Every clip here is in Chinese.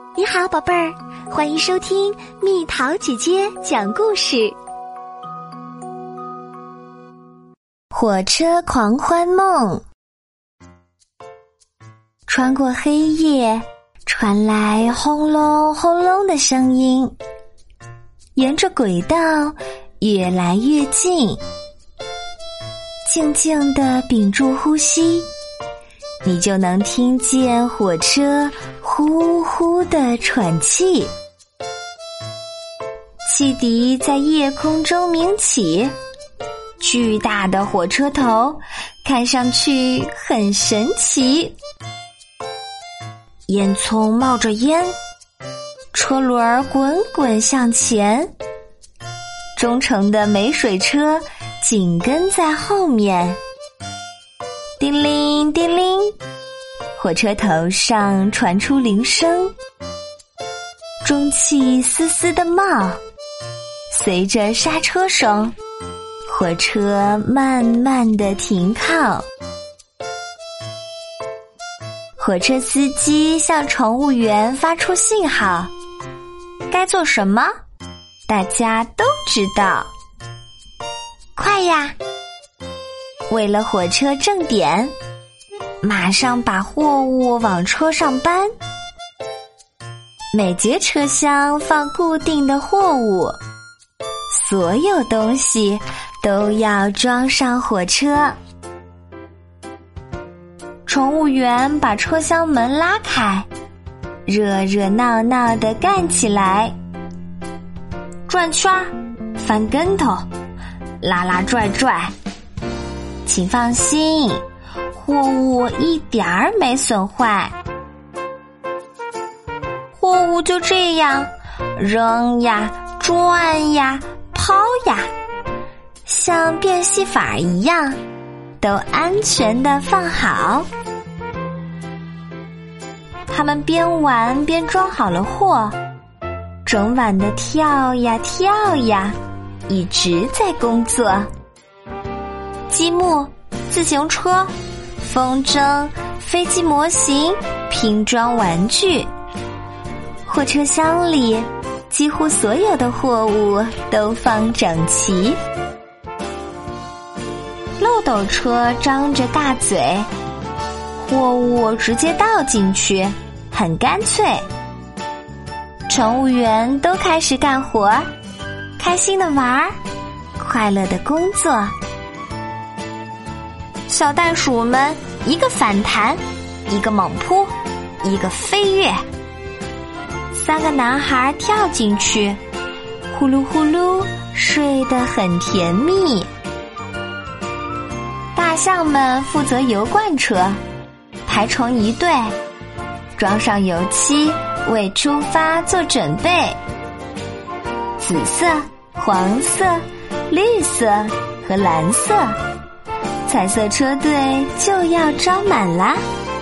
你好，宝贝儿，欢迎收听蜜桃姐姐讲故事。火车狂欢梦。穿过黑夜，传来轰隆轰隆的声音，沿着轨道越来越近。静静地屏住呼吸，你就能听见火车呼呼地喘气。汽笛在夜空中鸣起，巨大的火车头看上去很神奇。烟囱冒着烟，车轮滚滚向前，忠诚的美水车紧跟在后面。叮铃叮铃，火车头上传出铃声，中气丝丝的冒，随着刹车声，火车慢慢地停靠。火车司机向乘务员发出信号，该做什么？大家都知道。快呀！为了火车正点，马上把货物往车上搬。每节车厢放固定的货物，所有东西都要装上火车。乘务员把车厢门拉开，热热闹闹地干起来，转圈儿，翻跟头，拉拉拽拽。请放心，货物一点儿没损坏。货物就这样扔呀转呀抛呀，像变戏法一样，都安全地放好。他们边玩边装好了货，整晚的跳呀跳呀，一直在工作。积木、自行车、风筝、飞机模型、拼装玩具，货车厢里几乎所有的货物都放整齐。漏斗车张着大嘴，货物直接倒进去，很干脆。乘务员都开始干活，开心的玩，快乐的工作。小袋鼠们一个反弹，一个猛扑，一个飞跃。三个男孩跳进去，呼噜呼噜睡得很甜蜜。大象们负责油罐车，排成一队，装上油漆，为出发做准备。紫色、黄色、绿色和蓝色，彩色车队就要招满啦。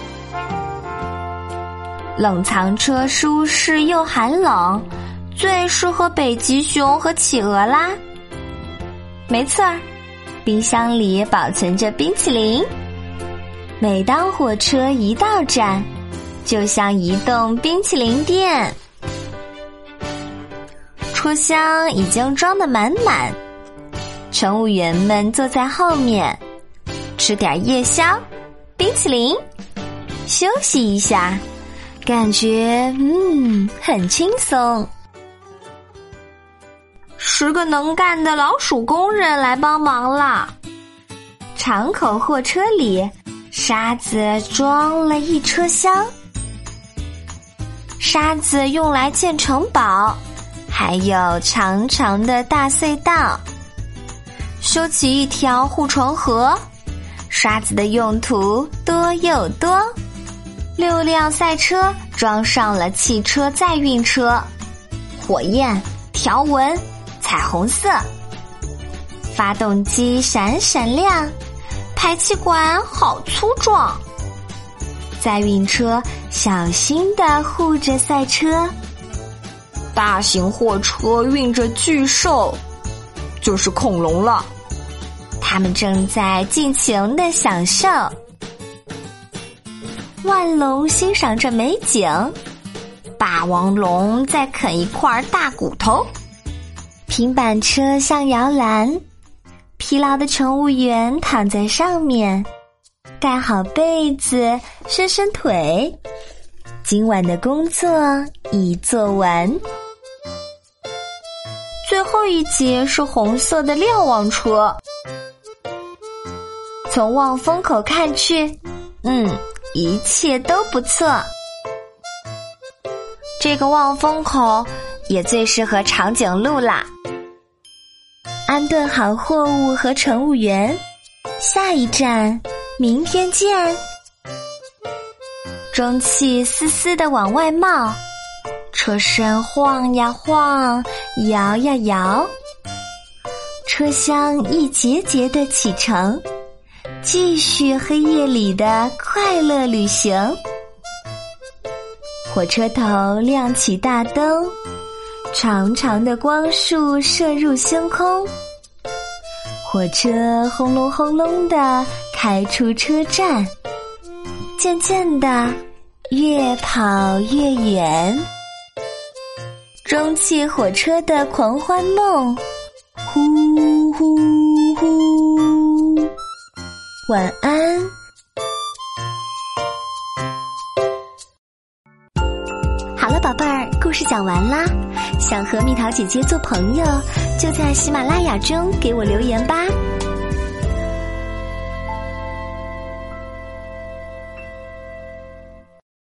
冷藏车舒适又寒冷，最适合北极熊和企鹅啦。没错儿，冰箱里保存着冰淇淋。每当火车一到站，就像移动冰淇淋店。车厢已经装得满满，乘务员们坐在后面，吃点夜宵、冰淇淋，休息一下，感觉很轻松。10个能干的老鼠工人来帮忙啦。敞口货车里，沙子装了一车厢。沙子用来建城堡，还有长长的大隧道。修起一条护城河，沙子的用途多又多。6辆赛车装上了汽车载运车，火焰、条纹、彩虹色。发动机闪闪亮，排气管好粗壮。载运车小心地护着赛车。大型货车运着巨兽，就是恐龙了。他们正在尽情地享受。万龙欣赏着美景， 霸王龙在啃一块大骨头，平板车像摇篮，疲劳的乘务员躺在上面，盖好被子，伸伸腿。今晚的工作已做完。最后一节是红色的瞭望车，从望风口看去，一切都不错。这个望风口也最适合长颈鹿啦。安顿好货物和乘务员，下一站，明天见。蒸汽丝丝地往外冒，车身晃呀晃，摇呀摇，车厢一节节地启程，继续黑夜里的快乐旅行。火车头亮起大灯，长长的光束射入星空，火车轰隆轰隆地开出车站，渐渐地越跑越远。蒸汽火车的狂欢梦，呼呼呼，晚安。好了，宝贝儿，故事讲完啦。想和蜜桃姐姐做朋友，就在喜马拉雅中给我留言吧。